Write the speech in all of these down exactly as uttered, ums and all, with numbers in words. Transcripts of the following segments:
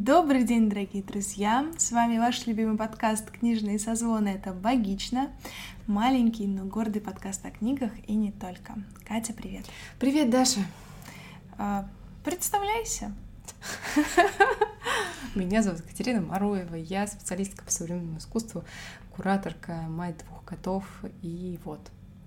Добрый день, дорогие друзья! С вами ваш любимый подкаст «Книжные созвоны». Это «Богично». Маленький, но гордый подкаст о книгах и не только. Катя, привет! Привет, Даша! А, представляйся! Меня зовут Катерина Маруева, я специалистка по современному искусству, кураторка, мать двух котов и вот.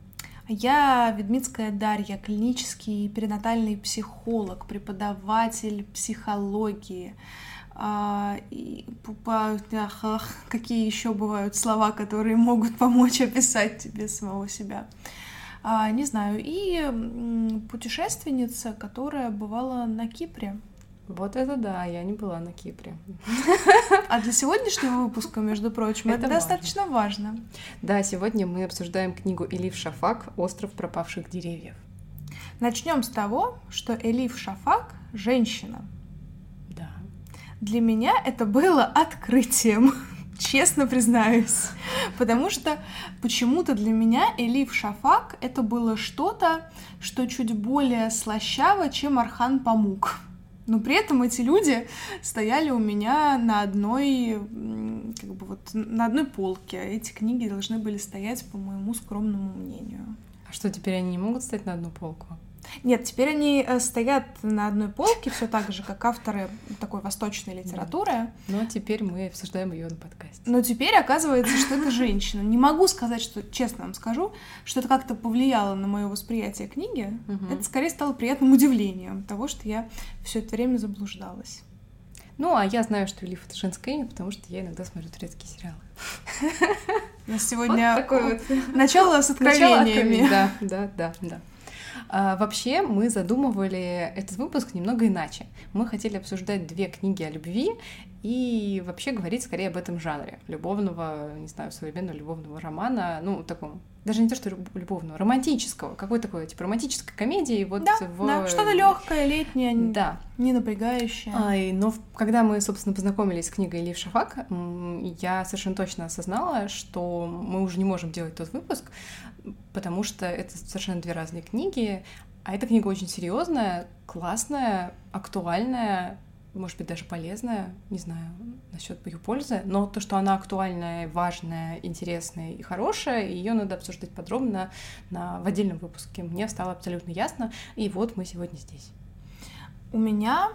Я Ведмицкая Дарья, клинический перинатальный психолог, преподаватель психологии. А, и, по, ах, какие еще бывают слова, которые могут помочь описать тебе самого себя? А, не знаю. И путешественница, которая бывала на Кипре. Вот это да, я не была на Кипре. А для сегодняшнего выпуска, между прочим, это, это достаточно важно. важно. Да, сегодня мы обсуждаем книгу Элиф Шафак «Остров пропавших деревьев». Начнем с того, что Элиф Шафак — женщина. Да. Для меня это было открытием, честно признаюсь. Потому что почему-то для меня Элиф Шафак — это было что-то, что чуть более слащаво, чем Орхан Памук. Но при этом эти люди стояли у меня на одной, как бы вот, на одной полке. Эти книги должны были стоять, по моему скромному мнению. А что, теперь они не могут стоять на одну полку? Нет, теперь они стоят на одной полке, все так же, как авторы такой восточной литературы. Да. Но теперь мы обсуждаем ее на подкасте. Но теперь оказывается, что это женщина. Не могу сказать, что, честно вам скажу, что это как-то повлияло на мое восприятие книги. Угу. Это скорее стало приятным удивлением того, что я все это время заблуждалась. Ну, а я знаю, что Элиф — это женское имя, потому что я иногда смотрю турецкие сериалы. У нас сегодня начало с откровениями. Да, да, да, да. А, вообще, мы задумывали этот выпуск немного иначе. Мы хотели обсуждать две книги о любви и вообще говорить скорее об этом жанре любовного, не знаю, современного любовного романа, ну, таком, даже не то, что любовного, романтического, какой такой, типа, романтической комедии. Вот да, в... да, что-то легкое, летнее, да. не напрягающее. А, и, но когда мы, собственно, познакомились с книгой Элиф Шафак, я совершенно точно осознала, что мы уже не можем делать тот выпуск, потому что это совершенно две разные книги, а эта книга очень серьезная, классная, актуальная, может быть, даже полезная, не знаю насчет ее пользы, но то, что она актуальная, важная, интересная и хорошая, ее надо обсуждать подробно на, в отдельном выпуске. Мне стало абсолютно ясно, и вот мы сегодня здесь. У меня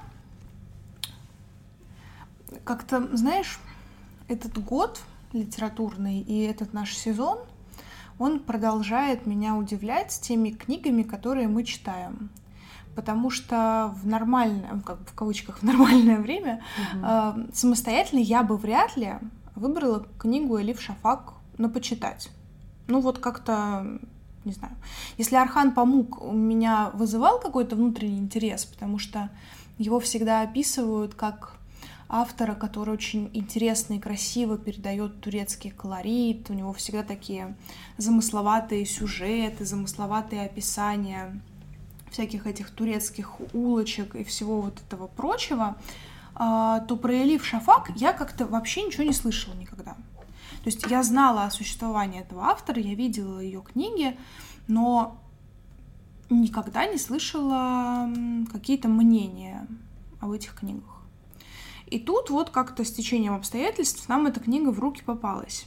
как-то, знаешь, этот год литературный и этот наш сезон, он продолжает меня удивлять теми книгами, которые мы читаем. Потому что в нормальное, как бы в кавычках, в нормальное время uh-huh. э, самостоятельно я бы вряд ли выбрала книгу Элиф Шафак на почитать. Ну вот как-то, не знаю. Если Орхан Памук у меня вызывал какой-то внутренний интерес, потому что его всегда описывают как автора, который очень интересно и красиво передает турецкий колорит, у него всегда такие замысловатые сюжеты, замысловатые описания всяких этих турецких улочек и всего вот этого прочего, то про Элиф Шафак я как-то вообще ничего не слышала никогда. То есть я знала о существовании этого автора, я видела ее книги, но никогда не слышала какие-то мнения об этих книгах. И тут вот как-то с течением обстоятельств нам эта книга в руки попалась.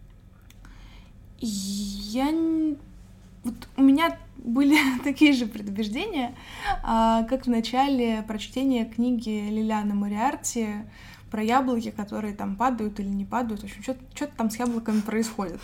И я... Вот у меня были такие же предубеждения, как в начале прочтения книги Лилианы Мориарти про яблоки, которые там падают или не падают. В общем, что-то, что-то там с яблоками происходит.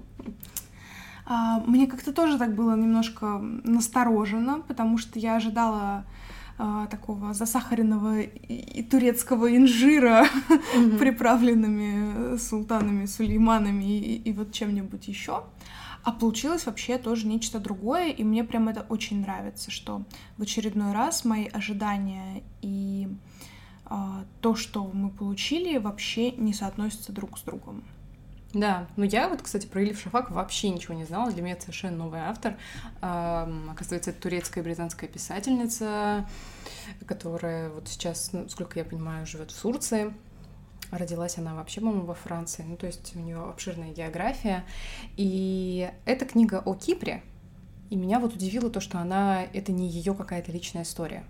Мне как-то тоже так было немножко настороженно, потому что я ожидала такого засахаренного и турецкого инжира, mm-hmm. приправленными султанами, сулейманами и, и вот чем-нибудь еще. А получилось вообще тоже нечто другое, и мне прям это очень нравится, что в очередной раз мои ожидания и э, то, что мы получили, вообще не соотносятся друг с другом. Да, ну я вот, кстати, про Элиф Шафак вообще ничего не знала, для меня это совершенно новый автор. Эм, оказывается, это турецкая и британская писательница, которая вот сейчас, ну, сколько я понимаю, живет в Турции. Родилась она вообще, по-моему, во Франции, ну то есть у нее обширная география. И эта книга о Кипре, и меня вот удивило то, что она, это не ее какая-то личная история.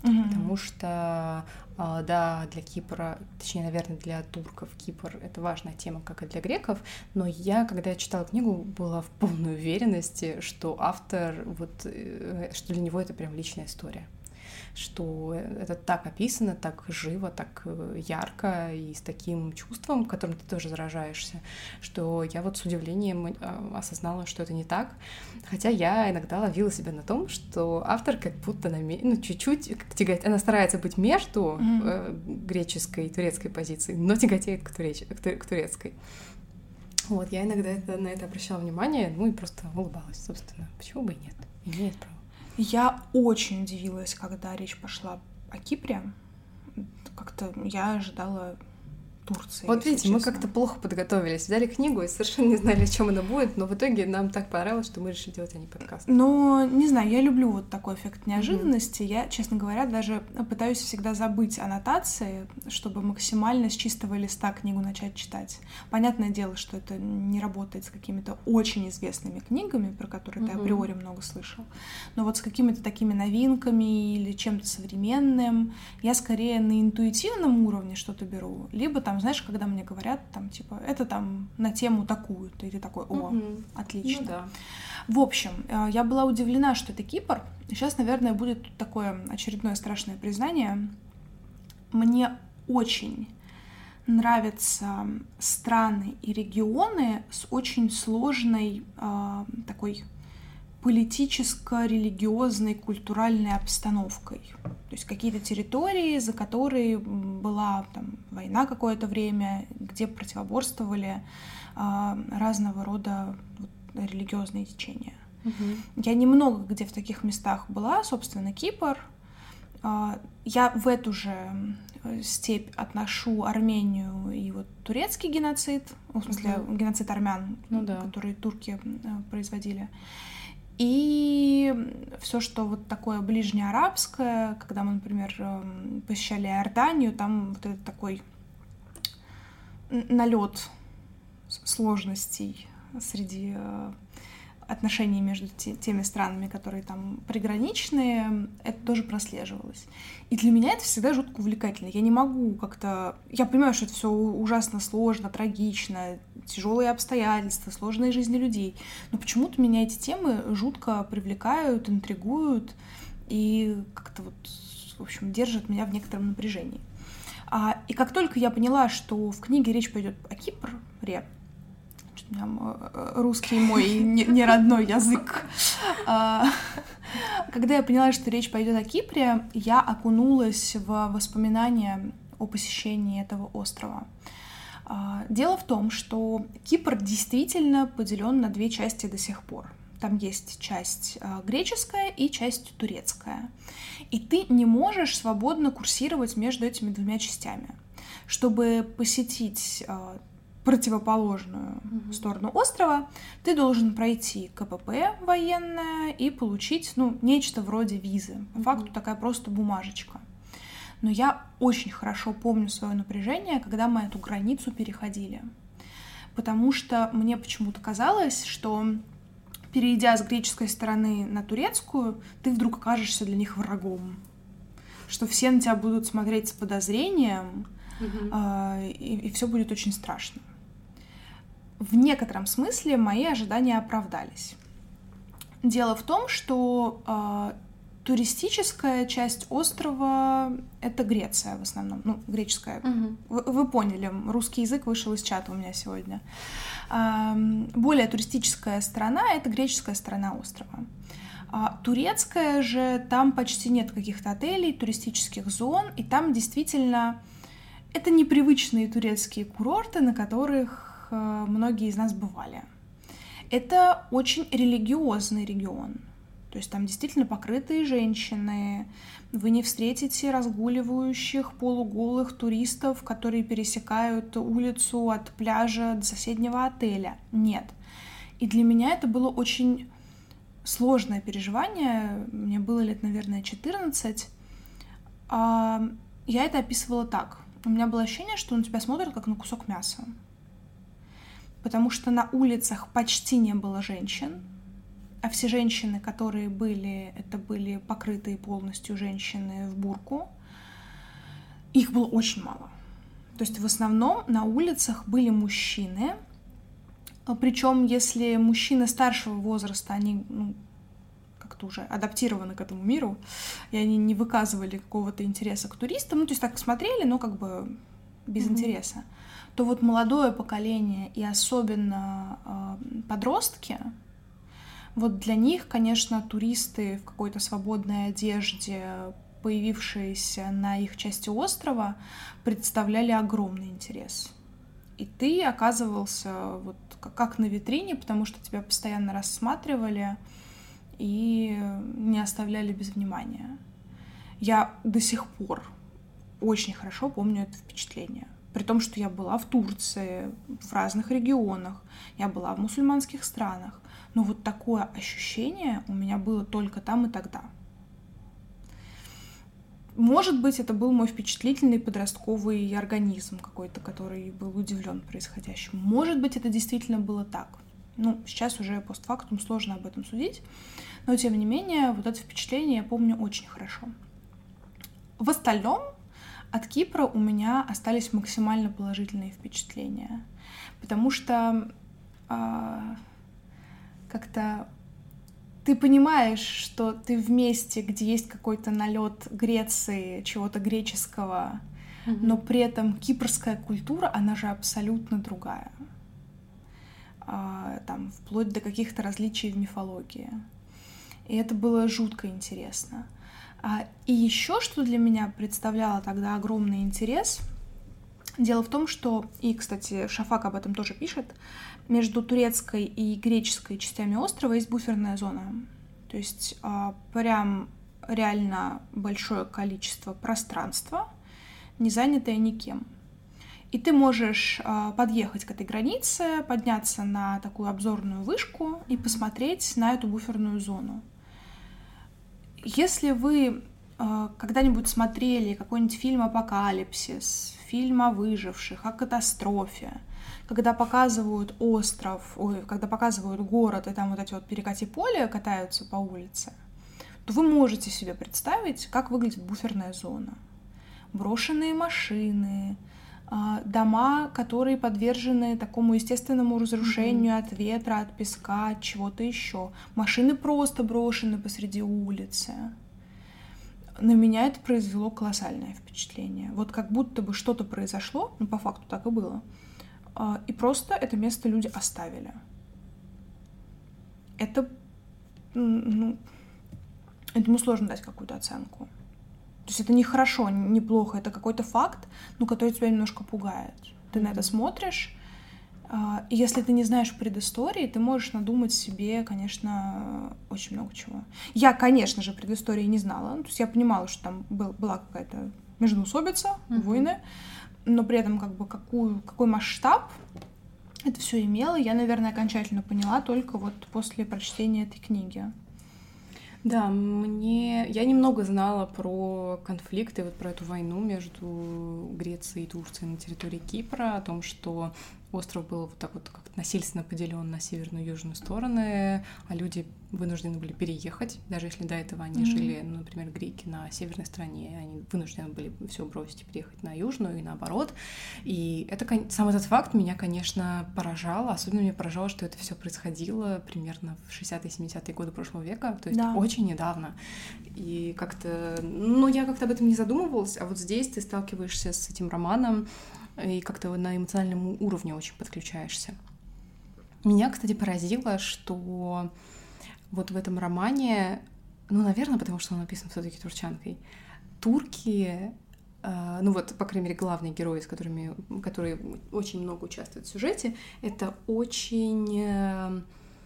Mm-hmm. Потому что, да, для Кипра, точнее, наверное, для турков Кипр — это важная тема, как и для греков, но я, когда я читала книгу, была в полной уверенности, что автор, вот, что для него это прям личная история, что это так описано, так живо, так ярко и с таким чувством, которым ты тоже заражаешься, что я вот с удивлением осознала, что это не так. Хотя я иногда ловила себя на том, что автор как будто наме... ну, чуть-чуть, как тяготеет, она старается быть между mm-hmm. греческой и турецкой позицией, но тяготеет к, туреч... к турецкой. Вот, я иногда это, на это обращала внимание, ну и просто улыбалась, собственно. Почему бы и нет? Имеет право. Я очень удивилась, когда речь пошла о Кипре. Как-то я ожидала Турции. Вот видите, мы как-то плохо подготовились. Взяли книгу и совершенно не знали, о чем она будет, но в итоге нам так понравилось, что мы решили делать о ней подкаст. Но, не знаю, я люблю вот такой эффект неожиданности. Mm-hmm. Я, честно говоря, даже пытаюсь всегда забыть аннотации, чтобы максимально с чистого листа книгу начать читать. Понятное дело, что это не работает с какими-то очень известными книгами, про которые mm-hmm. ты априори много слышал. Но вот с какими-то такими новинками или чем-то современным я скорее на интуитивном уровне что-то беру, либо там, знаешь, когда мне говорят, там, типа, это там на тему такую-то, и ты такой, о, угу. отлично. Ну, да. В общем, я была удивлена, что это Кипр. Сейчас, наверное, будет такое очередное страшное признание. Мне очень нравятся страны и регионы с очень сложной э, такой политическо-религиозной, культуральной обстановкой. То есть какие-то территории, за которые была там война какое-то время, где противоборствовали а, разного рода вот, религиозные течения. Угу. Я немного где в таких местах была, собственно, Кипр. А, я в эту же степь отношу Армению и вот турецкий геноцид, в смысле угу. геноцид армян, ну, да. который турки производили. И все, что вот такое ближнеарабское, когда мы, например, посещали Иорданию, там вот этот такой налет сложностей среди отношений между теми странами, которые там приграничные, это тоже прослеживалось. И для меня это всегда жутко увлекательно. Я не могу как-то... Я понимаю, что это все ужасно сложно, трагично, тяжелые обстоятельства, сложные жизни людей, но почему-то меня эти темы жутко привлекают, интригуют и как-то вот, в общем, держат меня в некотором напряжении. А, и как только я поняла, что в книге речь пойдет о Кипре, русский мой не родной язык. Когда я поняла, что речь пойдет о Кипре, я окунулась в воспоминания о посещении этого острова. Дело в том, что Кипр действительно поделен на две части до сих пор. Там есть часть греческая и часть турецкая. И ты не можешь свободно курсировать между этими двумя частями. Чтобы посетить противоположную mm-hmm. сторону острова, ты должен пройти КПП военное и получить, ну, нечто вроде визы. По mm-hmm. факту такая просто бумажечка. Но я очень хорошо помню свое напряжение, когда мы эту границу переходили. Потому что мне почему-то казалось, что, перейдя с греческой стороны на турецкую, ты вдруг окажешься для них врагом. Что все на тебя будут смотреть с подозрением, mm-hmm. э, и, и все будет очень страшно. В некотором смысле мои ожидания оправдались. Дело в том, что э, туристическая часть острова — это Греция в основном, ну, греческая. Угу. Вы, вы поняли, русский язык вышел из чата у меня сегодня. Э, более туристическая страна — это греческая сторона острова. А турецкая же, там почти нет каких-то отелей, туристических зон, и там действительно это непривычные турецкие курорты, на которых многие из нас бывали. Это очень религиозный регион. То есть там действительно покрытые женщины. Вы не встретите разгуливающих полуголых туристов, которые пересекают улицу от пляжа до соседнего отеля. Нет. И для меня это было очень сложное переживание. Мне было лет, наверное, четырнадцать. Я это описывала так. У меня было ощущение, что на тебя смотрят как на кусок мяса. Потому что на улицах почти не было женщин. а все женщины, которые были, это были покрытые полностью женщины в бурку. Их было очень мало. То есть в основном на улицах были мужчины, причем если мужчины старшего возраста, они ну, как-то уже адаптированы к этому миру, и они не выказывали какого-то интереса к туристам, ну то есть так смотрели, но как бы без mm-hmm. интереса, то вот молодое поколение и особенно э, подростки, вот для них, конечно, туристы в какой-то свободной одежде, появившиеся на их части острова, представляли огромный интерес. И ты оказывался вот как на витрине, потому что тебя постоянно рассматривали и не оставляли без внимания. Я до сих пор очень хорошо помню это впечатление. При том, что я была в Турции, в разных регионах, я была в мусульманских странах. Но вот такое ощущение у меня было только там и тогда. Может быть, это был мой впечатлительный подростковый организм какой-то, который был удивлен происходящим. Может быть, это действительно было так. Ну, сейчас уже постфактум сложно об этом судить, но, тем не менее, вот это впечатление я помню очень хорошо. В остальном от Кипра у меня остались максимально положительные впечатления, потому что э, как-то ты понимаешь, что ты в месте, где есть какой-то налет Греции, чего-то греческого, mm-hmm. но при этом кипрская культура, она же абсолютно другая. А, там, вплоть до каких-то различий в мифологии. И это было жутко интересно. А, и еще что для меня представляло тогда огромный интерес. Дело в том, что, и, кстати, Шафак об этом тоже пишет, между турецкой и греческой частями острова есть буферная зона. То есть а, прям реально большое количество пространства, не занятое никем. И ты можешь а, подъехать к этой границе, подняться на такую обзорную вышку и посмотреть на эту буферную зону. Если вы а, когда-нибудь смотрели какой-нибудь фильм «Апокалипсис», фильм о выживших, о катастрофе, когда показывают остров, ой, когда показывают город, и там вот эти вот перекати поля катаются по улице, то вы можете себе представить, как выглядит буферная зона. Брошенные машины, дома, которые подвержены такому естественному разрушению mm-hmm. от ветра, от песка, от чего-то еще. Машины просто брошены посреди улицы. На меня это произвело колоссальное впечатление. Вот как будто бы что-то произошло, ну, по факту так и было, и просто это место люди оставили. Это, ну, этому сложно дать какую-то оценку. То есть это не хорошо, не плохо, это какой-то факт, ну, который тебя немножко пугает. Ты mm-hmm. на это смотришь, и если ты не знаешь предыстории, ты можешь надумать себе, конечно, очень много чего. Я, конечно же, предыстории не знала, то есть я понимала, что там был, была какая-то междоусобица, mm-hmm. войны, но при этом как бы какую, какой масштаб это все имело, я, наверное, окончательно поняла только вот после прочтения этой книги. Да, мне... Я немного знала про конфликты, вот про эту войну между Грецией и Турцией на территории Кипра, о том, что остров был вот так вот как-то насильственно поделен на северную и южную стороны, а люди вынуждены были переехать, даже если до этого они mm-hmm. жили, ну, например, греки на северной стороне, они вынуждены были все бросить и переехать на южную и наоборот. И это, сам этот факт меня, конечно, поражал, особенно меня поражало, что это все происходило примерно в шестидесятые-семидесятые годы прошлого века, то есть да. очень недавно. И как-то, ну, я как-то об этом не задумывалась, а вот здесь ты сталкиваешься с этим романом, и как-то на эмоциональном уровне очень подключаешься. Меня, кстати, поразило, что вот в этом романе, ну, наверное, потому что он написан все-таки турчанкой, турки, э, ну вот, по крайней мере, главные герои, с которыми, которые очень много участвуют в сюжете, это очень... Э,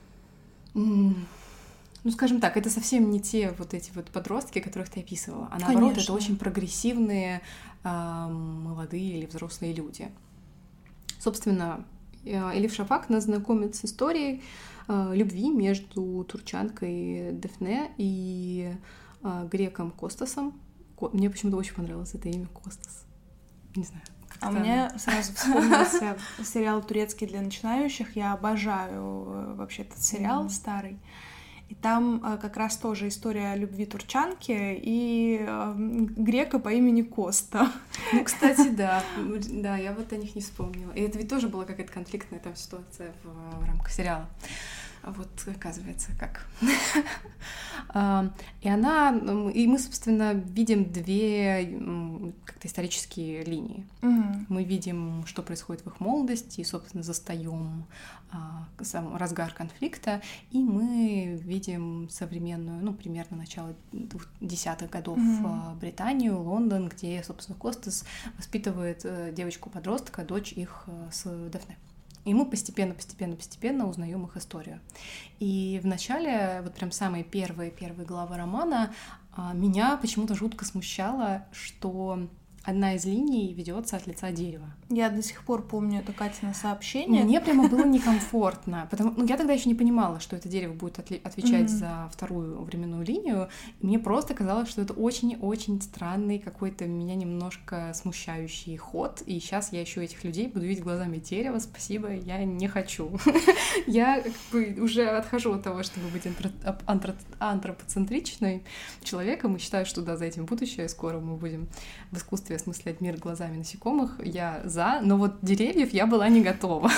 ну, скажем так, это совсем не те вот эти вот подростки, которых ты описывала, а наоборот, Конечно. Это очень прогрессивные э, молодые или взрослые люди. Собственно, Элиф Шафак нас знакомит с историей э, любви между турчанкой Дефне и э, греком Костасом. Ко- Мне почему-то очень понравилось это имя Костас. Не знаю. А мне сразу вспомнился сериал «Турецкий для начинающих». Я обожаю вообще этот сериал mm-hmm. старый. И там э, как раз тоже история любви турчанки и э, грека по имени Коста. Ну, кстати, да. Да, я вот о них не вспомнила. И это ведь тоже была какая-то конфликтная там ситуация в, в рамках сериала. Вот, оказывается, как. И она, и мы, собственно, видим две как-то исторические линии. Угу. Мы видим, что происходит в их молодости, и, собственно, застаем сам разгар конфликта, и мы видим современную, ну, примерно начало десятых годов mm-hmm. Британию, Лондон, где, собственно, Костас воспитывает девочку-подростка, дочь их с Дафне. И мы постепенно, постепенно, постепенно узнаем их историю. И в начале, вот прям самые первые, первые главы романа, меня почему-то жутко смущало, что одна из линий ведется от лица дерева. Я до сих пор помню это Катина сообщение. Мне прямо было некомфортно, потому ну, я тогда еще не понимала, что это дерево будет отли- отвечать mm-hmm. за вторую временную линию. И мне просто казалось, что это очень-очень странный, какой-то меня немножко смущающий ход. И сейчас я еще этих людей буду видеть глазами дерева. Спасибо, я не хочу. Я как бы уже отхожу от того, чтобы быть антропоцентричной человеком, и считаю, что да, за этим будущее. Скоро мы будем в искусстве осмыслять мир глазами насекомых. Я за, но вот деревьев я была не готова.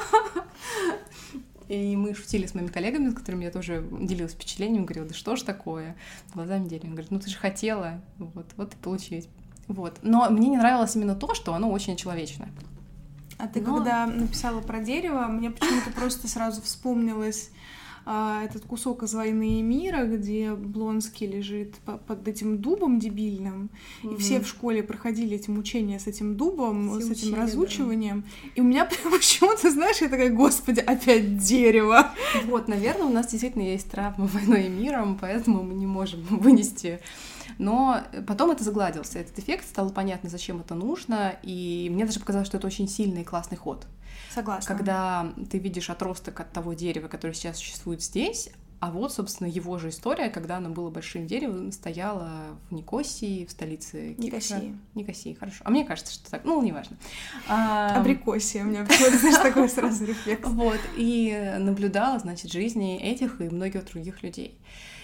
И мы шутили с моими коллегами, с которыми я тоже делилась впечатлением, говорила, да что ж такое, глазами дерева. Говорит, ну ты же хотела, вот, вот и получилось. Вот. Но мне не нравилось именно то, что оно очень человечное. А ты Но... когда написала про дерево, мне почему-то просто сразу вспомнилось а, этот кусок из «Войны и мира», где Блонский лежит по- под этим дубом дебильным, mm-hmm. и все в школе проходили эти мучения с этим дубом, все с этим учили, разучиванием. Да. И у меня почему-то, знаешь, я такая, господи, опять дерево. Вот, наверное, у нас действительно есть травма «Войной и миром», поэтому мы не можем вынести. Но потом это загладился, этот эффект, стало понятно, зачем это нужно, и мне даже показалось, что это очень сильный и классный ход. Согласна. Когда ты видишь отросток от того дерева, которое сейчас существует здесь, а вот, собственно, его же история, когда оно было большим деревом, стояло в Никосии, в столице Кипра. Никосии. Никосии, хорошо. А мне кажется, что так, ну, неважно. Абрикосия, у меня почему-то, знаешь, такой сразу рефлекс. Вот, и наблюдала, значит, жизни этих и многих других людей.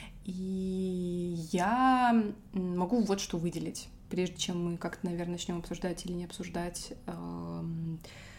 И я могу вот что выделить, прежде чем мы как-то, наверное, начнем обсуждать или не обсуждать эм,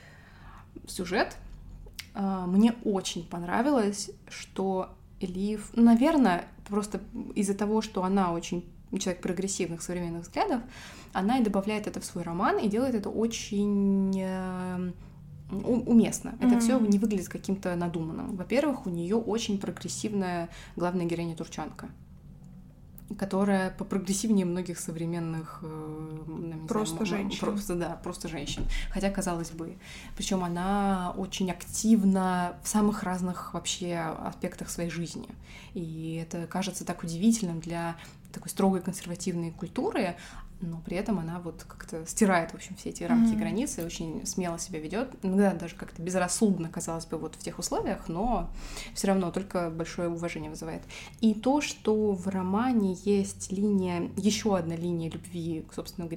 сюжет. Э, мне очень понравилось, что Элиф, наверное, просто из-за того, что она очень человек прогрессивных современных взглядов, она и добавляет это в свой роман и делает это очень... Э, уместно. Mm-hmm. Это все не выглядит каким-то надуманным. Во-первых, у нее очень прогрессивная главная героиня турчанка, которая попрогрессивнее многих современных э, просто знаю, женщин. Просто, да, просто женщин. Хотя, казалось бы. Причем она очень активна в самых разных вообще аспектах своей жизни. И это кажется так удивительным для такой строгой консервативной культуры, но при этом она вот как-то стирает, в общем, все эти рамки и mm-hmm. границы, очень смело себя ведет, иногда даже как-то безрассудно, казалось бы, вот в тех условиях, но все равно только большое уважение вызывает. И то, что в романе есть линия, еще одна линия любви, собственно,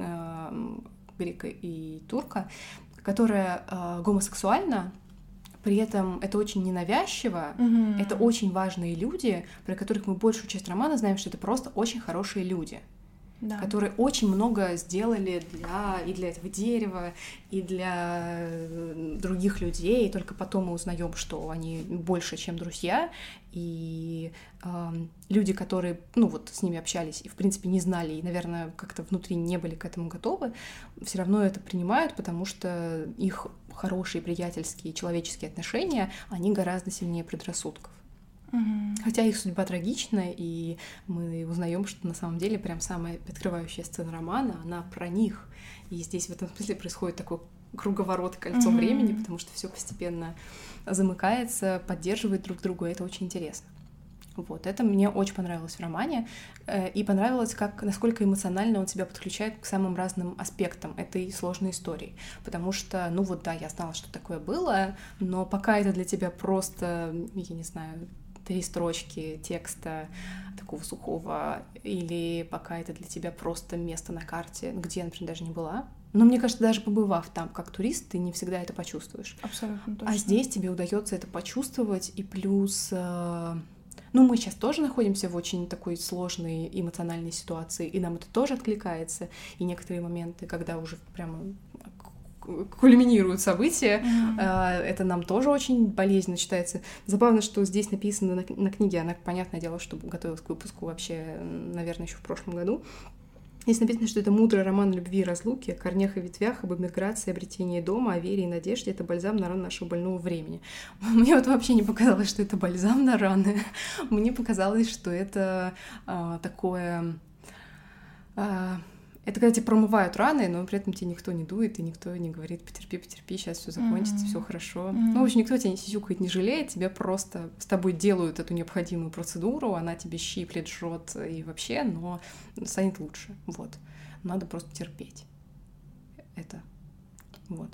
грека и турка, которая э, гомосексуальна, при этом это очень ненавязчиво, mm-hmm. это очень важные люди, про которых мы большую часть романа знаем, что это просто очень хорошие люди. Да. Которые очень много сделали для, и для этого дерева, и для других людей, и только потом мы узнаем, что они больше, чем друзья, и э, люди, которые, ну вот, с ними общались и, в принципе, не знали, и, наверное, как-то внутри не были к этому готовы, все равно это принимают, потому что их хорошие приятельские, человеческие отношения, они гораздо сильнее предрассудков. Mm-hmm. Хотя их судьба трагична, и мы узнаем, что на самом деле прям самая открывающая сцена романа, она про них. И здесь в этом смысле происходит такой круговорот, кольцо mm-hmm. времени, потому что все постепенно замыкается, поддерживает друг друга, и это очень интересно. Вот, это мне очень понравилось в романе, и понравилось, как, насколько эмоционально он себя подключает к самым разным аспектам этой сложной истории, потому что, ну вот да, я знала, что такое было, но пока это для тебя просто, я не знаю, три строчки текста такого сухого, или пока это для тебя просто место на карте, где я, например, даже не была. Но мне кажется, даже побывав там как турист, ты не всегда это почувствуешь. Абсолютно точно. А здесь тебе удается это почувствовать, и плюс... Ну, мы сейчас тоже находимся в очень такой сложной эмоциональной ситуации, и нам это тоже откликается, и некоторые моменты, когда уже прямо кульминируют события, mm-hmm. это нам тоже очень болезненно читается. Забавно, что здесь написано на, на книге, она, понятное дело, что готовилась к выпуску вообще, наверное, еще в прошлом году. Здесь написано, что это мудрый роман любви и разлуки, о корнях и ветвях, об эмиграции, обретении дома, о вере и надежде. Это бальзам на раны нашего больного времени. Мне вот вообще не показалось, что это бальзам на раны. Мне показалось, что это а, такое... А, это когда тебе промывают раны, но при этом тебе никто не дует, и никто не говорит: потерпи, потерпи, сейчас все закончится, mm-hmm. все хорошо. Mm-hmm. Ну, в общем, никто тебя не сисюкает, не жалеет, тебя просто с тобой делают эту необходимую процедуру, она тебе щиплет, жжет и вообще, но станет лучше. Вот. Надо просто терпеть. Это. Вот.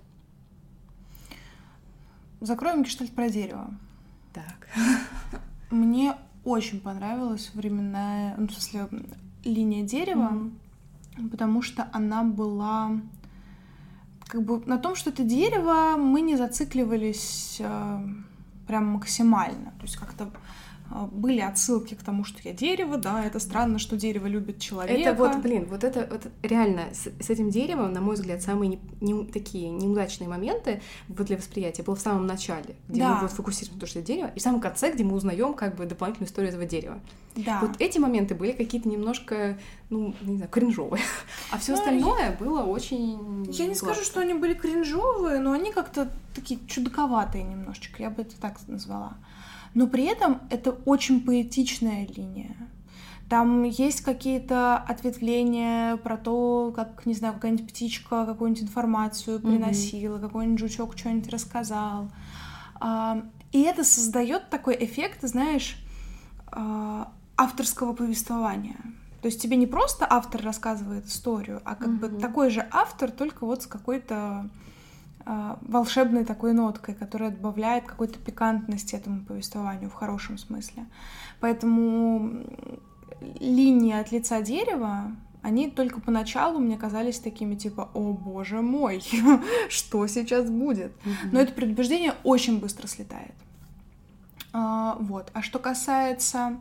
Закроем гештальт про дерево. Так. Мне очень понравилась временная, ну, в смысле, линия дерева. Mm-hmm. Потому что она была как бы на том, что это дерево, мы не зацикливались э, прям максимально. То есть как-то э, были отсылки к тому, что я дерево, да, это странно, что дерево любит человека. Это вот, блин, вот это вот реально с, с этим деревом, на мой взгляд, самые не, не, такие неудачные моменты вот для восприятия был в самом начале, где да. мы вот фокусируемся на том, что это дерево, и в самом конце, где мы узнаем как бы дополнительную историю этого дерева. Да. Вот эти моменты были какие-то немножко, ну, не знаю, кринжовые. А все ну, остальное я... было очень... Я не скажу, что они были кринжовые, но они как-то такие чудаковатые немножечко, я бы это так назвала. Но при этом это очень поэтичная линия. Там есть какие-то ответвления про то, как, не знаю, какая-нибудь птичка какую-нибудь информацию приносила, mm-hmm. какой-нибудь жучок что-нибудь рассказал. И это создает такой эффект, знаешь, авторского повествования. То есть тебе не просто автор рассказывает историю, а как mm-hmm. бы такой же автор, только вот с какой-то э, волшебной такой ноткой, которая добавляет какой-то пикантности этому повествованию в хорошем смысле. Поэтому линии от лица дерева, они только поначалу мне казались такими типа: «О, боже мой, что сейчас будет?» mm-hmm. Но это предубеждение очень быстро слетает. А, вот. А что касается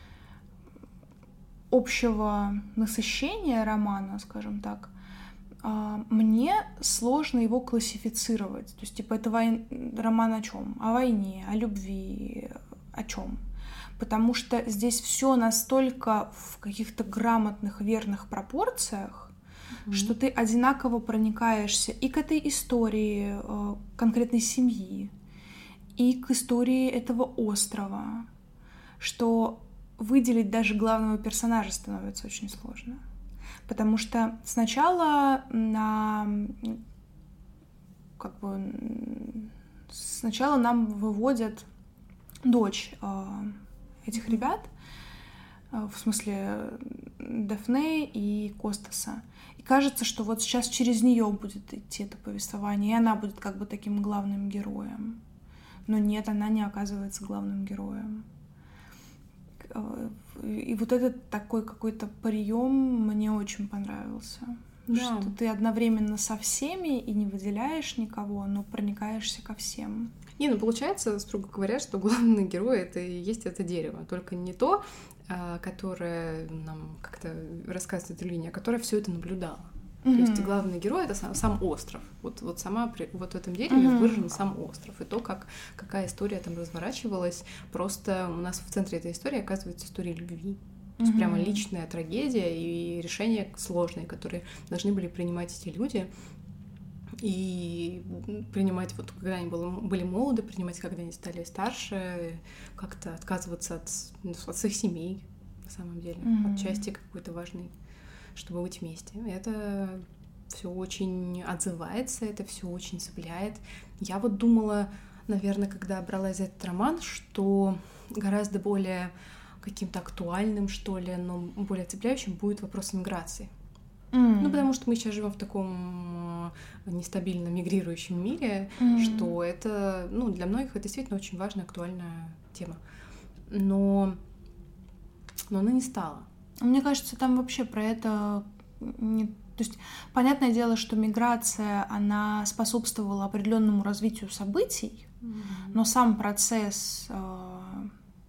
общего насыщения романа, скажем так, мне сложно его классифицировать. То есть, типа, это вой... роман о чем? О войне, о любви, о чем? Потому что здесь все настолько в каких-то грамотных, верных пропорциях, mm-hmm. что ты одинаково проникаешься и к этой истории конкретной семьи, и к истории этого острова, что выделить даже главного персонажа становится очень сложно. Потому что сначала на... как бы... сначала нам выводят дочь э, этих ребят, э, в смысле Дафне и Костаса. И кажется, что вот сейчас через нее будет идти это повествование, и она будет как бы таким главным героем. Но нет, она не оказывается главным героем. И вот этот такой какой-то прием мне очень понравился. Да. Что ты одновременно со всеми и не выделяешь никого, но проникаешься ко всем. Не, ну получается, строго говоря, что главный герой — это и есть это дерево. Только не то, которое нам как-то рассказывает эта линия, а которое все это наблюдало. Mm-hmm. То есть главный герой — это сам, сам остров. Вот, вот сама вот в этом дереве mm-hmm. выражен сам остров. И то, как, какая история там разворачивалась. Просто у нас в центре этой истории оказывается история любви. То есть mm-hmm. прямо личная трагедия и решения сложные, которые должны были принимать эти люди. И принимать, вот когда они были молоды, принимать, когда они стали старше, как-то отказываться от, от своих семей, на самом деле, mm-hmm. от части какой-то важной, чтобы быть вместе. Это все очень отзывается, это все очень цепляет. Я вот думала, наверное, когда брала за этот роман, что гораздо более каким-то актуальным, что ли, но более цепляющим будет вопрос миграции. Mm. Ну, потому что мы сейчас живем в таком нестабильном мигрирующем мире, mm. что это, ну, для многих это действительно очень важная, актуальная тема. Но, но она не стала. Мне кажется, там вообще про это не... То есть, понятное дело, что миграция, она способствовала определенному развитию событий, mm-hmm. но сам процесс э,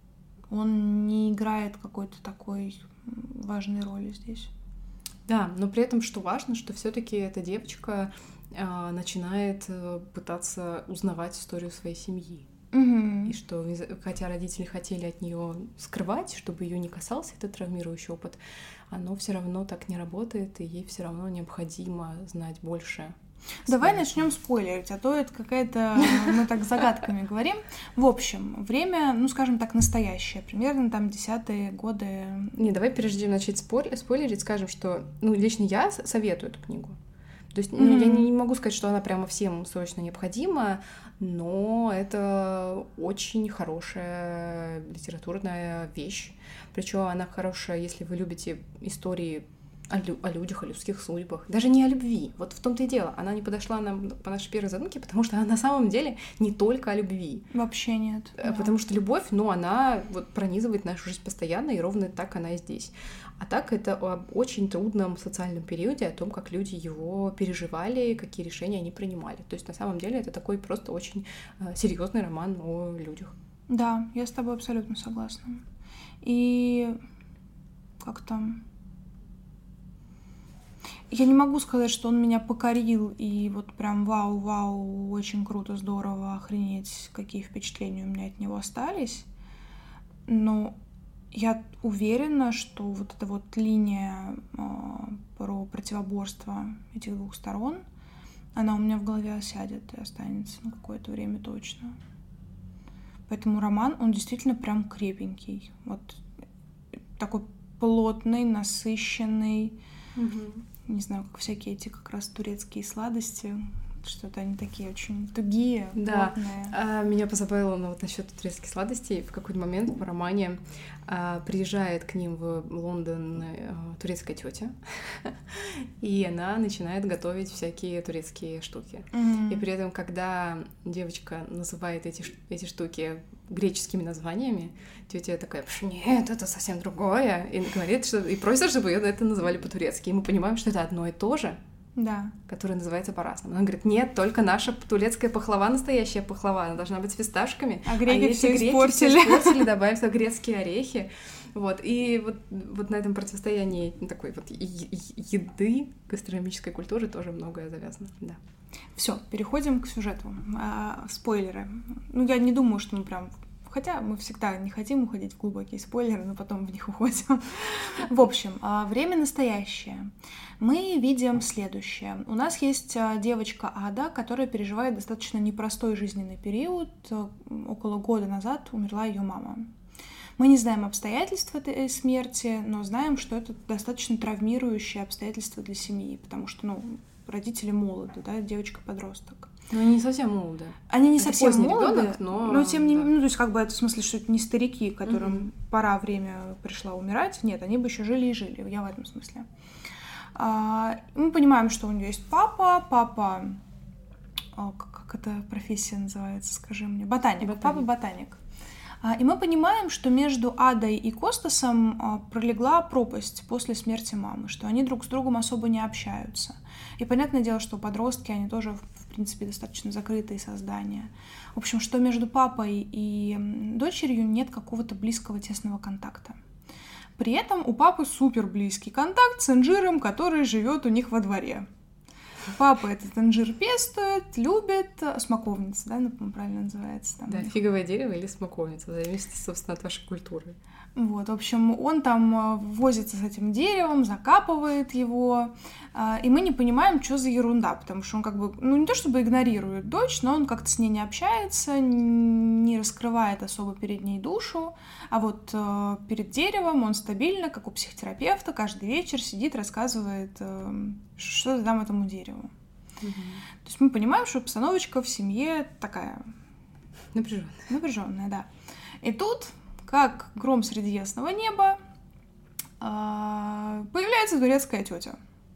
он не играет какой-то такой важной роли здесь. Да, но при этом, что важно, что все-таки эта девочка э, начинает э, пытаться узнавать историю своей семьи. Угу. И что, хотя родители хотели от нее скрывать, чтобы ее не касался этот травмирующий опыт, оно все равно так не работает, и ей все равно необходимо знать больше. Давай начнем спойлерить, а то это какая-то... Мы так загадками говорим. В общем, время, ну, скажем так, настоящее. Примерно там десятые годы. Не, давай прежде чем начать спойлерить, скажем, что... Ну, лично я советую эту книгу. То есть, ну, mm-hmm. я не могу сказать, что она прямо всем срочно необходима, но это очень хорошая литературная вещь. Причем она хорошая, если вы любите истории о, лю- о людях, о людских судьбах. Даже не о любви. Вот в том-то и дело. Она не подошла нам по нашей первой задумке, потому что она на самом деле не только о любви. Вообще нет. Потому да. что любовь, ну, она вот пронизывает нашу жизнь постоянно, и ровно так она и здесь. А так это об очень трудном социальном периоде, о том, как люди его переживали, какие решения они принимали. То есть на самом деле это такой просто очень э, серьезный роман о людях. Да, я с тобой абсолютно согласна. И как там... Я не могу сказать, что он меня покорил, и вот прям вау-вау, очень круто, здорово, охренеть, какие впечатления у меня от него остались. Но я уверена, что вот эта вот линия э, про противоборство этих двух сторон, она у меня в голове осядет и останется на какое-то время точно. Поэтому роман, он действительно прям крепенький. Вот такой плотный, насыщенный. Mm-hmm. Не знаю, как всякие эти как раз турецкие сладости. Что-то они такие очень тугие, да. плотные. А, меня позабавило ну, вот насчет турецких сладостей. В какой-то момент в романе а, приезжает к ним в Лондон а, турецкая тетя, и она начинает готовить всякие турецкие штуки. Mm-hmm. И при этом, когда девочка называет эти, эти штуки греческими названиями, тетя такая: нет, это совсем другое, и говорит, что и просит, чтобы ее это называли по-турецки. И мы понимаем, что это одно и то же. Да. Которая называется по-разному. Она говорит: нет, только наша турецкая пахлава, настоящая пахлава, она должна быть с фисташками. А греки а все греки испортили. Все испортили, добавив туда грецкие орехи. Вот. И вот, вот на этом противостоянии такой вот еды, гастрономической культуры тоже многое завязано. Да. Все, переходим к сюжету. А, спойлеры. Ну, я не думаю, что мы прям... Хотя мы всегда не хотим уходить в глубокие спойлеры, но потом в них уходим. В общем, время настоящее. Мы видим следующее. У нас есть девочка Ада, которая переживает достаточно непростой жизненный период. Около года назад умерла ее мама. Мы не знаем обстоятельств этой смерти, но знаем, что это достаточно травмирующее обстоятельство для семьи, потому что, ну, родители молоды, да, девочка-подросток. Ну, они не совсем молоды. Они не это совсем молоды, ребенок, но... но тем не менее, да. ну, то есть как бы это в смысле, что это не старики, которым Угу. пора, время пришла умирать. Нет, они бы еще жили и жили, я в этом смысле. А, мы понимаем, что у нее есть папа, папа... О, как, как эта профессия называется, скажи мне? Ботаник. Ботаник. Папа ботаник. А, и мы понимаем, что между Адой и Костасом а, пролегла пропасть после смерти мамы, что они друг с другом особо не общаются. И понятное дело, что подростки, они тоже, в принципе, достаточно закрытые создания. В общем, что между папой и дочерью нет какого-то близкого, тесного контакта. При этом у папы супер близкий контакт с инжиром, который живет у них во дворе. Папа этот инжир пестует, любит, смоковница, да, ну, правильно называется. Там. Да, фиговое дерево или смоковница, зависит, собственно, от вашей культуры. Вот, в общем, он там возится с этим деревом, закапывает его, и мы не понимаем, что за ерунда, потому что он как бы, ну, не то чтобы игнорирует дочь, но он как-то с ней не общается, не раскрывает особо перед ней душу, а вот перед деревом он стабильно, как у психотерапевта, каждый вечер сидит, рассказывает что-то там этому дереву. Угу. То есть мы понимаем, что обстановочка в семье такая... Напряженная. Напряженная, да. И тут... Как гром среди ясного неба, появляется турецкая тетя.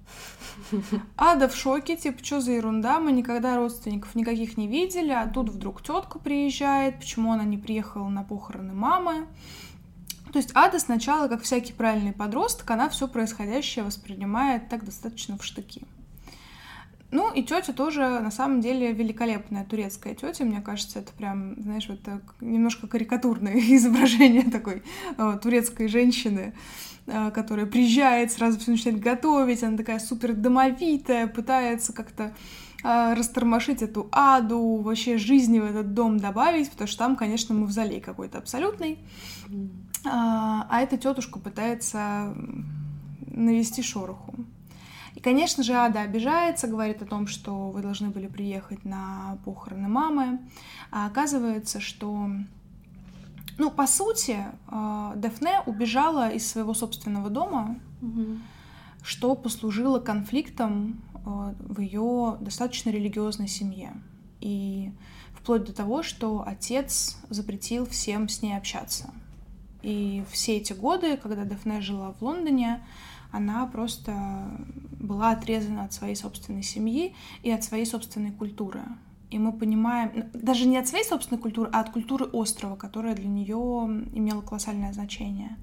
Ада в шоке, типа, что за ерунда, мы никогда родственников никаких не видели, а тут вдруг тетка приезжает, почему она не приехала на похороны мамы. То есть Ада сначала, как всякий правильный подросток, она все происходящее воспринимает так достаточно в штыки. Ну, и тетя тоже, на самом деле, великолепная турецкая тетя. Мне кажется, это прям, знаешь, вот так немножко карикатурное изображение такой э, турецкой женщины, э, которая приезжает, сразу все начинает готовить. Она такая супер домовитая, пытается как-то э, растормошить эту аду, вообще жизни в этот дом добавить, потому что там, конечно, мавзолей какой-то абсолютный. Mm. А, а эта тетушка пытается навести шороху. И, конечно же, Ада обижается, говорит о том, что вы должны были приехать на похороны мамы. А оказывается, что, ну, по сути, Дафне убежала из своего собственного дома, угу. что послужило конфликтом в ее достаточно религиозной семье. И вплоть до того, что отец запретил всем с ней общаться. И все эти годы, когда Дафне жила в Лондоне, она просто была отрезана от своей собственной семьи и от своей собственной культуры. И мы понимаем, даже не от своей собственной культуры, а от культуры острова, которая для нее имела колоссальное значение.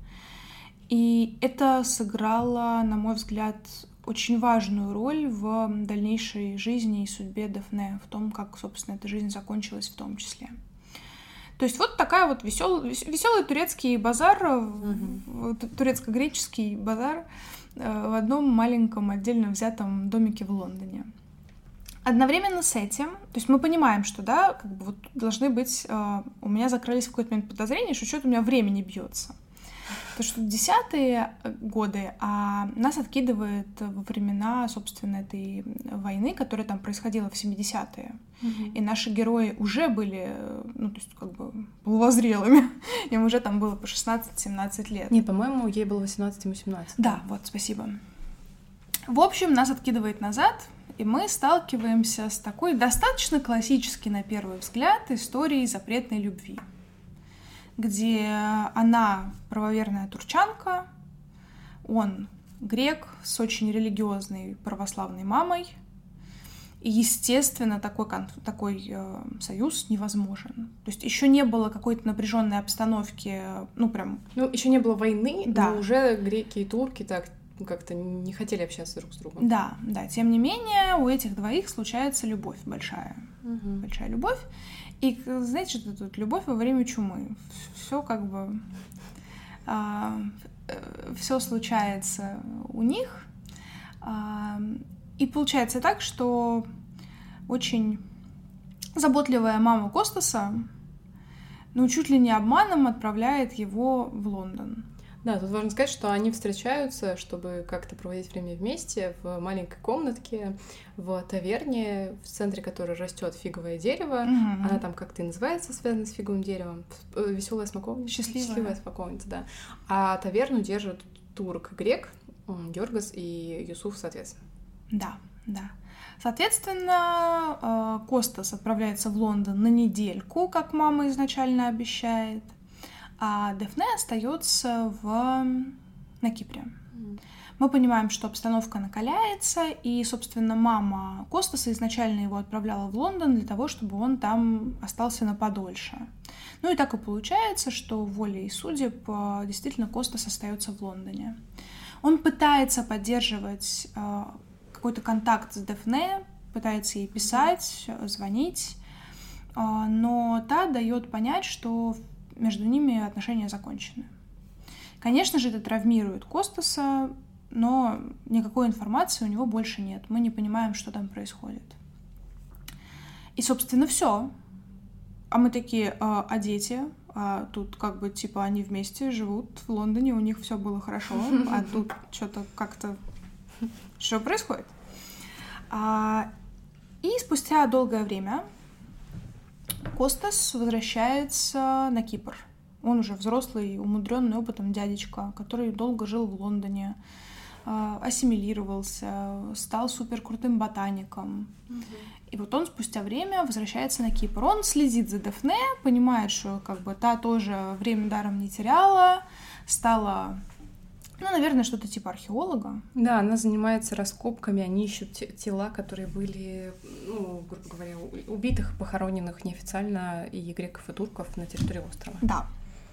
И это сыграло, на мой взгляд, очень важную роль в дальнейшей жизни и судьбе Дафне, в том, как, собственно, эта жизнь закончилась в том числе. То есть вот такая вот веселый, веселый турецкий базар, mm-hmm. турецко-греческий базар в одном маленьком отдельно взятом домике в Лондоне. Одновременно с этим, то есть мы понимаем, что, да, как бы вот должны быть, у меня закрылись в какой-то момент подозрения, что что-то у меня время не бьется. То, что десятые годы, а нас откидывает во времена, собственно, этой войны, которая там происходила в семидесятые. Mm-hmm. И наши герои уже были, ну, то есть, как бы, полувозрелыми. Им уже там было по шестнадцать-семнадцать лет. Не, по-моему, ей было восемнадцать и семнадцать. Да, вот, спасибо. В общем, нас откидывает назад, и мы сталкиваемся с такой достаточно классической, на первый взгляд, историей запретной любви, где она правоверная турчанка, он грек с очень религиозной православной мамой. И, естественно, такой, такой э, союз невозможен. То есть еще не было какой-то напряженной обстановки, ну прям... Ну, еще не было войны, да. но уже греки и турки так как-то не хотели общаться друг с другом. Да, да. Тем не менее, у этих двоих случается любовь большая. Угу. Большая любовь. И, знаете, что тут любовь во время чумы. Все как бы... А, все случается у них. А, и получается так, что очень заботливая мама Костаса, ну, чуть ли не обманом отправляет его в Лондон. Да, тут важно сказать, что они встречаются, чтобы как-то проводить время вместе в маленькой комнатке в таверне, в центре которой растет фиговое дерево. Mm-hmm. Она там как-то и называется, связана с фиговым деревом. Веселая смоковница. Счастливая. Счастливая смоковница, да. А таверну держат турк-грек, Георгас и Юсуф, соответственно. Да, да. Соответственно, Костас отправляется в Лондон на недельку, как мама изначально обещает. А Дафне остается в... на Кипре. Mm. Мы понимаем, что обстановка накаляется, и, собственно, мама Костаса изначально его отправляла в Лондон для того, чтобы он там остался на подольше. Ну и так и получается, что волей судеб действительно Костас остается в Лондоне. Он пытается поддерживать э, какой-то контакт с Дафне, пытается ей писать, звонить, э, но та дает понять, что между ними отношения закончены. Конечно же, это травмирует Костаса, но никакой информации у него больше нет. Мы не понимаем, что там происходит. И, собственно, все. А мы такие, а, а дети? А тут как бы, типа, они вместе живут в Лондоне, у них все было хорошо, а тут что-то как-то... Что происходит? А, и спустя долгое время Костас возвращается на Кипр. Он уже взрослый, умудренный опытом дядечка, который долго жил в Лондоне, ассимилировался, стал суперкрутым ботаником. Mm-hmm. И вот он спустя время возвращается на Кипр. Он следит за Дафне, понимает, что как бы та тоже время даром не теряла, стала... Ну, наверное, что-то типа археолога. Да, она занимается раскопками, они ищут тела, которые были, ну, грубо говоря, убитых, похороненных неофициально и греков, и турков на территории острова. Да.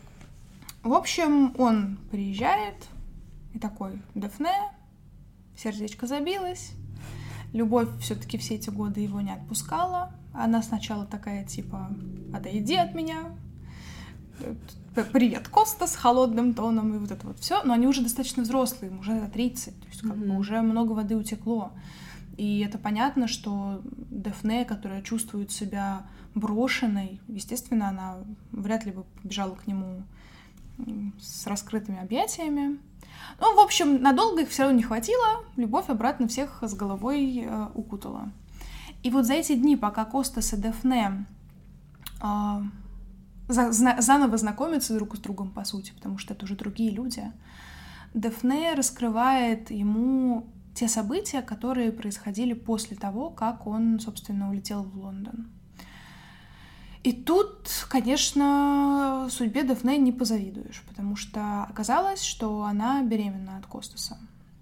В общем, он приезжает и такой: Дафне, сердечко забилось, Любовь все-таки все эти годы его не отпускала. Она сначала такая, типа, отойди от меня. Привет, Коста, с холодным тоном, и вот это вот все. Но они уже достаточно взрослые, им уже за тридцать, то есть как mm-hmm. бы уже много воды утекло. И это понятно, что Дафне, которая чувствует себя брошенной, естественно, она вряд ли бы побежала к нему с раскрытыми объятиями. Ну, в общем, надолго их все равно не хватило, любовь обратно всех с головой э, укутала. И вот за эти дни, пока Костас и Дафне э, за, зна, заново знакомятся друг с другом, по сути, потому что это уже другие люди, Дафне раскрывает ему те события, которые происходили после того, как он, собственно, улетел в Лондон. И тут, конечно, судьбе Дафне не позавидуешь, потому что оказалось, что она беременна от Костаса.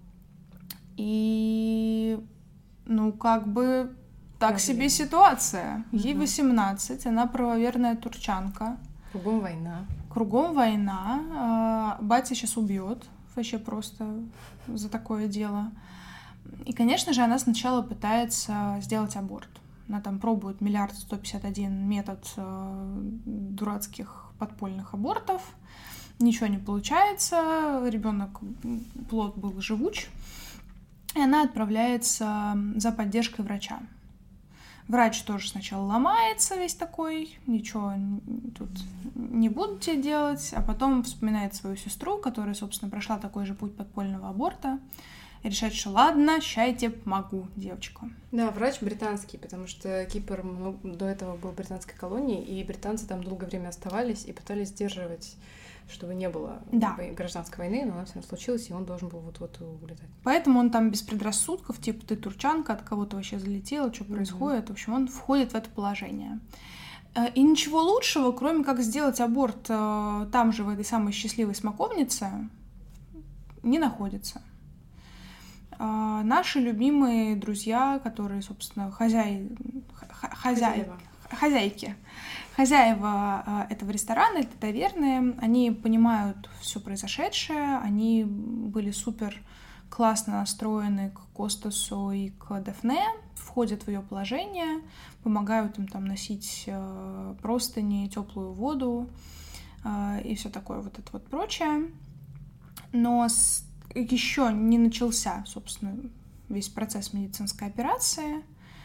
И, ну, как бы, так Проблема. себе ситуация. Ей угу. восемнадцать, она правоверная турчанка. Кругом война. Кругом война. Батя сейчас убьет вообще просто за такое дело. И, конечно же, она сначала пытается сделать аборт. Она там пробует миллиард сто пятьдесят один метод э, дурацких подпольных абортов. Ничего не получается. Ребенок, плод был живуч. И она отправляется за поддержкой врача. Врач тоже сначала ломается весь такой. Ничего тут не будете делать. А потом вспоминает свою сестру, которая, собственно, прошла такой же путь подпольного аборта. И решает, что ладно, ща я тебе помогу, девочка. Да, врач британский, потому что Кипр ну, до этого был британской колонией, и британцы там долгое время оставались и пытались сдерживать, чтобы не было да. гражданской войны, но она все равно случилась, и он должен был вот-вот улетать. Поэтому он там без предрассудков, типа, ты турчанка, от кого-то вообще залетела, что mm-hmm. происходит. В общем, он входит в это положение. И ничего лучшего, кроме как сделать аборт там же, в этой самой счастливой смоковнице, не находится. Uh, наши любимые друзья, которые, собственно, хозяи... хозяи... хозяйки, хозяева uh, этого ресторана, это таверны, они понимают все произошедшее, они были супер классно настроены к Костасу и к Дафне, входят в ее положение, помогают им там носить uh, простыни, теплую воду uh, и все такое вот это вот прочее. Но с еще не начался, собственно, весь процесс медицинской операции.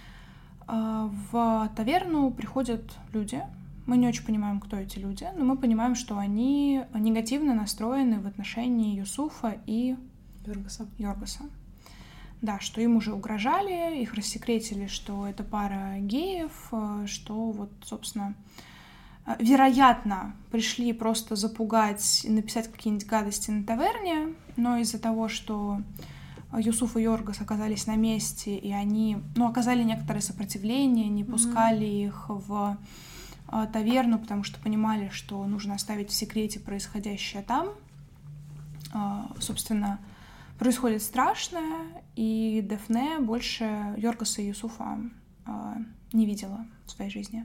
В таверну приходят люди. Мы не очень понимаем, кто эти люди, но мы понимаем, что они негативно настроены в отношении Юсуфа и Йоргаса. Йоргаса. Да, что им уже угрожали, их рассекретили, что это пара геев, что вот, собственно, вероятно, пришли просто запугать и написать какие-нибудь гадости на таверне, но из-за того, что Юсуф и Йоргас оказались на месте, и они, ну, оказали некоторое сопротивление, не пускали mm-hmm. их в таверну, потому что понимали, что нужно оставить в секрете происходящее там. Собственно, происходит страшное, и Дафне больше Йоргаса и Юсуфа не видела в своей жизни.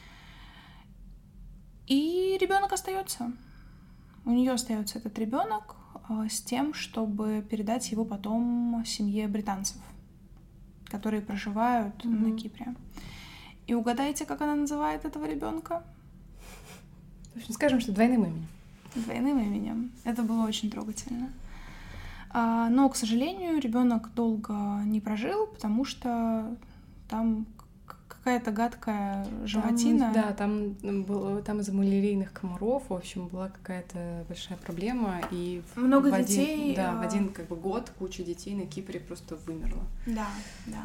И ребенок остается. У нее остается этот ребенок э, с тем, чтобы передать его потом семье британцев, которые проживают mm-hmm. на Кипре. И угадайте, как она называет этого ребенка? В общем, скажем, что двойным именем. Двойным именем. Это было очень трогательно. А, но, к сожалению, ребенок долго не прожил, потому что там какая-то гадкая животина. Там, да, там, было, там из-за малярийных комаров, в общем, была какая-то большая проблема. И много в детей. Один, да, в один как бы, год куча детей на Кипре просто вымерла. Да, да.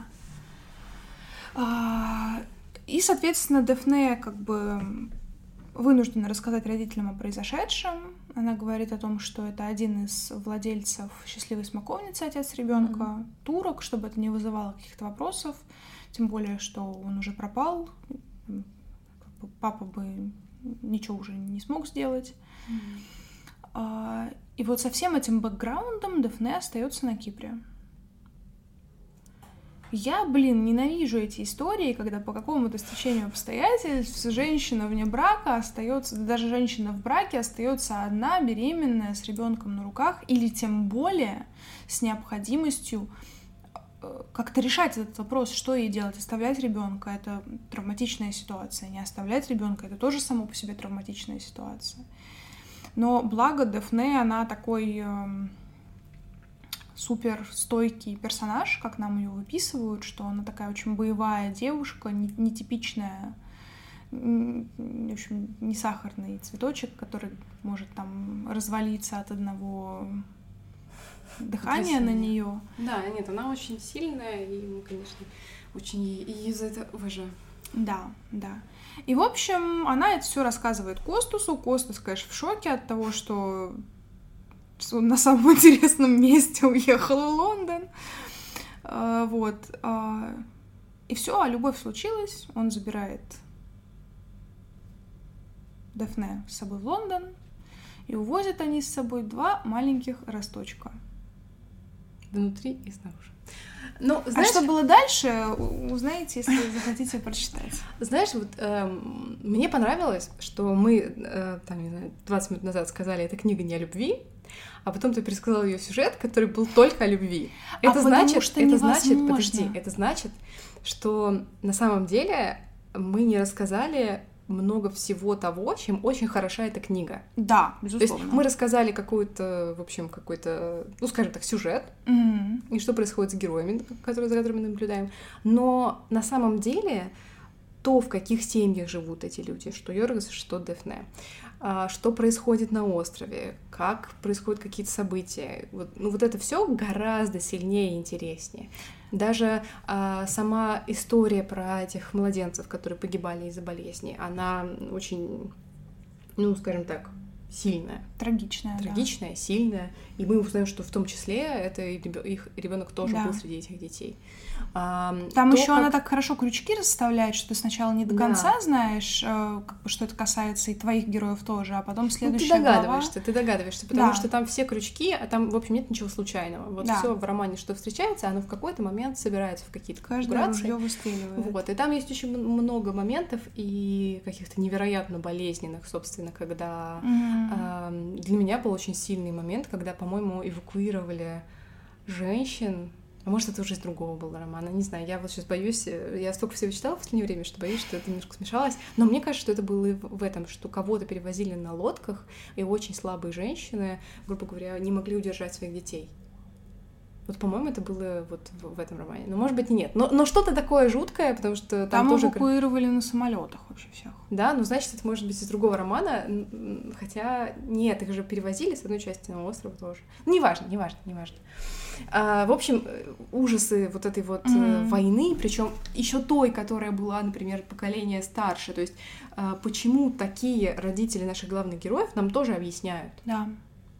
А, и, соответственно, Дафне как бы вынуждена рассказать родителям о произошедшем. Она говорит о том, что это один из владельцев счастливой смоковницы, отец ребенка, mm-hmm. турок, чтобы это не вызывало каких-то вопросов. Тем более, что он уже пропал, папа бы ничего уже не смог сделать. Mm-hmm. И вот со всем этим бэкграундом Дафне остается на Кипре. Я, блин, ненавижу эти истории, когда по какому-то стечению обстоятельств женщина вне брака остается, даже женщина в браке остается одна, беременная, с ребенком на руках, или тем более с необходимостью как-то решать этот вопрос, что ей делать, оставлять ребенка, это травматичная ситуация, не оставлять ребенка, это тоже само по себе травматичная ситуация. Но благо Дэфне, она такой э, супер стойкий персонаж, как нам ее выписывают, что она такая очень боевая девушка, нетипичная, в общем, не сахарный цветочек, который может там развалиться от одного дыхания на нее. Да, нет, она очень сильная, и мы, конечно, очень ее за это уважаем. Да, да. И, в общем, она это все рассказывает Костусу. Костус, конечно, в шоке от того, что он на самом интересном месте уехал в Лондон. Вот. И все, а любовь случилась. Он забирает Дэфне с собой в Лондон, и увозят они с собой два маленьких росточка. Внутри и снаружи. Ну, знаешь, а что было дальше, узнаете, если захотите прочитать. Знаешь, вот э, мне понравилось, что мы, э, там, не знаю, двадцать минут назад сказали, эта книга не о любви, а потом ты пересказала ее сюжет, который был только о любви. Это а значит, что это невозможно. значит, подожди, это значит, что на самом деле мы не рассказали много всего того, чем очень хороша эта книга. Да, безусловно. То есть мы рассказали какой-то, в общем, какой-то, ну, скажем так, сюжет, mm-hmm. и что происходит с героями, которые, за которыми мы наблюдаем. Но на самом деле то, в каких семьях живут эти люди, что Йоргас, что Дэфне, что происходит на острове, как происходят какие-то события, вот, ну, вот это все гораздо сильнее и интереснее. Даже а, сама история про этих младенцев, которые погибали из-за болезни, она очень, ну, скажем так, сильная. Трагичная, Трагичная, да. сильная. И мы узнаем, что в том числе это их ребенок тоже да. был среди этих детей. А, Там еще как... она так хорошо крючки расставляет, что ты сначала не до да. конца знаешь, как бы, что это касается и твоих героев тоже, а потом следующая ну, ты догадываешься, глава... ты догадываешься, потому да. что там все крючки, а там, в общем, нет ничего случайного. Вот да. все в романе, что встречается, оно в какой-то момент собирается в какие-то конфигурации. Каждое ружье выстреливает. Вот, и там есть очень много моментов и каких-то невероятно болезненных, собственно, когда... Mm-hmm. Для меня был очень сильный момент, когда, по-моему, эвакуировали женщин. А может, это уже из другого был романа, не знаю. Я вот сейчас боюсь, я столько всего читала в последнее время, что боюсь, что это немножко смешалось. Но мне кажется, что это было и в этом, что кого-то перевозили на лодках, и очень слабые женщины, грубо говоря, не могли удержать своих детей. Вот, по-моему, это было вот в, в этом романе. Но, может быть, и нет. Но, но что-то такое жуткое, потому что там, там тоже... эвакуировали на самолетах вообще всех. Да, ну, значит, это может быть из другого романа, хотя нет, их же перевозили с одной части на остров тоже. Неважно, неважно, неважно. А, в общем, ужасы вот этой вот mm-hmm. войны, причем еще той, которая была, например, поколение старше. То есть, а, почему такие родители наших главных героев нам тоже объясняют. Да.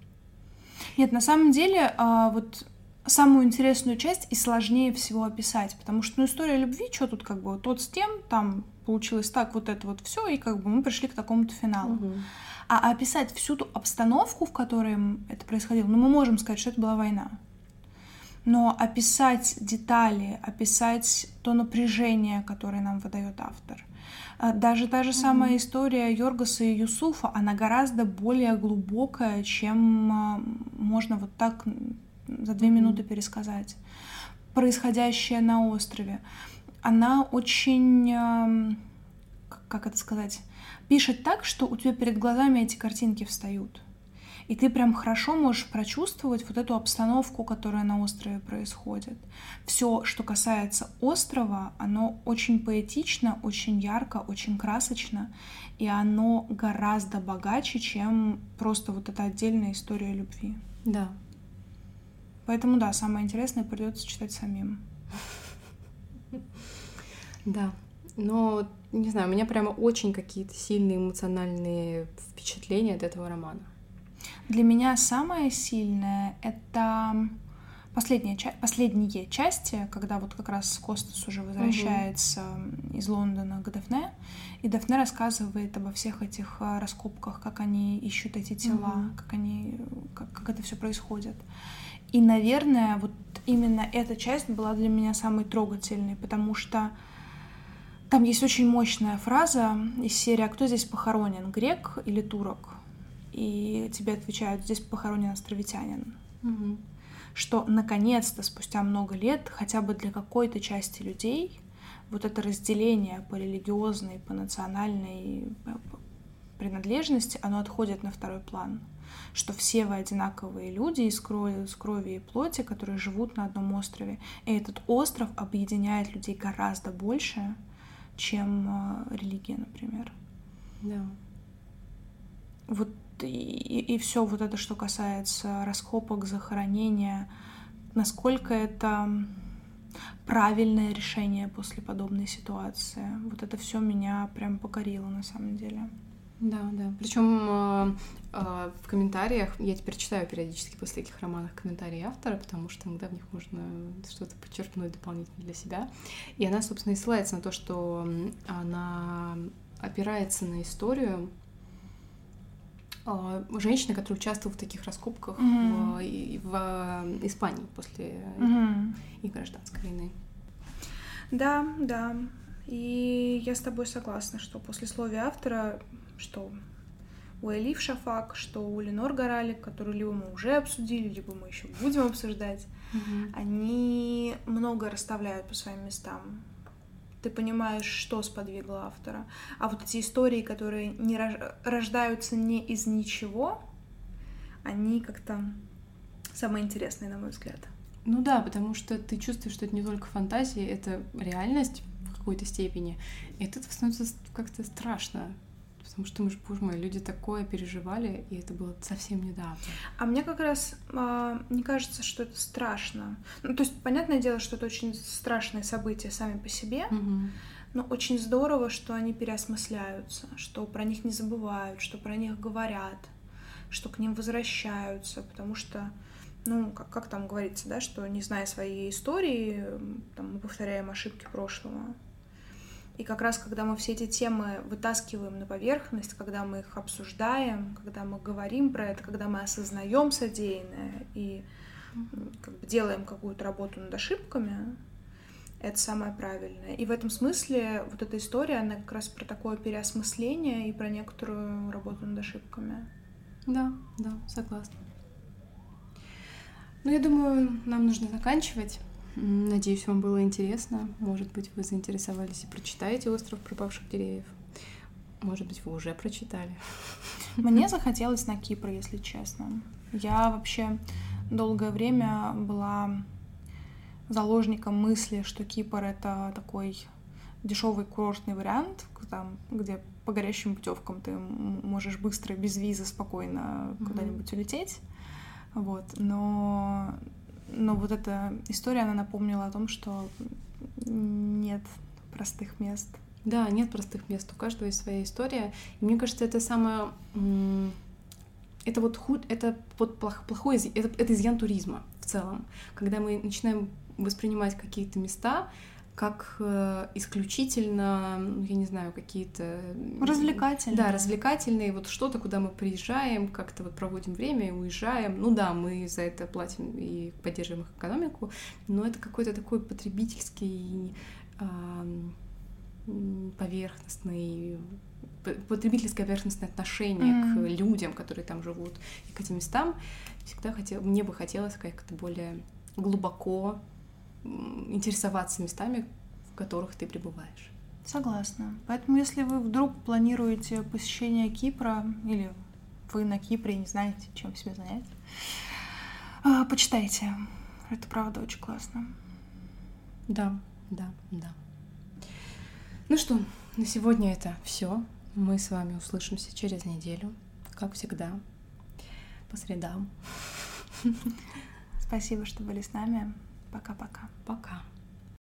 Нет, на самом деле, а, вот... самую интересную часть и сложнее всего описать, потому что, ну, история любви, что тут как бы тот с тем, там получилось так, вот это вот все, и как бы мы пришли к такому-то финалу. Угу. А описать всю ту обстановку, в которой это происходило, ну, мы можем сказать, что это была война. Но описать детали, описать то напряжение, которое нам выдает автор, даже та же самая mm-hmm. история Йоргаса и Юсуфа, она гораздо более глубокая, чем можно вот так за две минуты пересказать. Происходящее на острове. Она очень, как это сказать, пишет так, что у тебя перед глазами эти картинки встают. И ты прям хорошо можешь прочувствовать вот эту обстановку, которая на острове происходит. Все, что касается острова, оно очень поэтично, очень ярко, очень красочно, и оно гораздо богаче, чем просто вот эта отдельная история любви. Да. Поэтому, да, самое интересное придется читать самим. Да, но, не знаю, у меня прямо очень какие-то сильные эмоциональные впечатления от этого романа. Для меня самое сильное — это последняя ча- последние части, когда вот как раз Костас уже возвращается угу. из Лондона к Дэфне, и Дэфне рассказывает обо всех этих раскопках, как они ищут эти тела, угу. как они, как, как это все происходит. И, наверное, вот именно эта часть была для меня самой трогательной, потому что там есть очень мощная фраза из серии «А кто здесь похоронен, грек или турок?» И тебе отвечают: «Здесь похоронен островитянин». Угу. что наконец-то спустя много лет хотя бы для какой-то части людей вот это разделение по религиозной, по национальной принадлежности, оно отходит на второй план. Что все вы одинаковые люди из крови, из крови и плоти, которые живут на одном острове. И этот остров объединяет людей гораздо больше, чем религия, например. Да. Вот и, и все вот это, что касается раскопок, захоронения, насколько это правильное решение после подобной ситуации. Вот это все меня прям покорило на самом деле. Да, да. Причем э, э, в комментариях, я теперь читаю периодически после этих романов комментарии автора, потому что иногда в них можно что-то подчеркнуть дополнительно для себя. И она, собственно, и ссылается на то, что она опирается на историю э, женщины, которая участвовала в таких раскопках mm-hmm. в, в Испании после mm-hmm. их гражданской войны. Да, да. И я с тобой согласна, что послесловие автора, что у Элиф Шафак, что у Ленор Горалик, которую либо мы уже обсудили, либо мы еще будем обсуждать, mm-hmm. они много расставляют по своим местам. Ты понимаешь, что сподвигло автора. А вот эти истории, которые не рождаются не из ничего, они как-то самые интересные, на мой взгляд. Ну да, потому что ты чувствуешь, что это не только фантазия, это реальность в какой-то степени. И это становится как-то страшно. Потому что, мы же, боже мой, люди такое переживали, и это было совсем недавно. А мне как раз а, не кажется, что это страшно. Ну, то есть, понятное дело, что это очень страшные события сами по себе, угу. но очень здорово, что они переосмысляются, что про них не забывают, что про них говорят, что к ним возвращаются, потому что, ну, как, как там говорится, да, что не зная своей истории, там, мы повторяем ошибки прошлого. И как раз, когда мы все эти темы вытаскиваем на поверхность, когда мы их обсуждаем, когда мы говорим про это, когда мы осознаем содеянное и как бы делаем какую-то работу над ошибками, это самое правильное. И в этом смысле вот эта история, она как раз про такое переосмысление и про некоторую работу над ошибками. Да, да, согласна. Ну, я думаю, нам нужно заканчивать. Надеюсь, вам было интересно. Может быть, вы заинтересовались и прочитаете «Остров пропавших деревьев». Может быть, вы уже прочитали. Мне захотелось на Кипр, если честно. Я вообще долгое время была заложником мысли, что Кипр — это такой дешевый курортный вариант, там, где по горящим путевкам ты можешь быстро, без визы, спокойно mm-hmm. куда-нибудь улететь. Вот. Но... Но вот эта история, она напомнила о том, что нет простых мест. Да, нет простых мест. У каждого есть своя история. И мне кажется, это самое... Это вот худ... это вот плохой... Это, это изъян туризма в целом. Когда мы начинаем воспринимать какие-то места как э, исключительно, я не знаю, какие-то... Развлекательные. Да, развлекательные. Вот что-то, куда мы приезжаем, как-то вот проводим время и уезжаем. Ну да, мы за это платим и поддерживаем их экономику, но это какой-то такой потребительский, э, поверхностный, потребительское поверхностное отношение mm-hmm. к людям, которые там живут, и к этим местам. Всегда хотел, мне бы хотелось как-то более глубоко интересоваться местами, в которых ты пребываешь. Согласна. Поэтому, если вы вдруг планируете посещение Кипра, или вы на Кипре не знаете, чем себя занять, почитайте. Это правда очень классно. Да, да, да. Ну что, на сегодня это все. Мы с вами услышимся через неделю, как всегда, по средам. Спасибо, что были с нами. Пока-пока. Пока.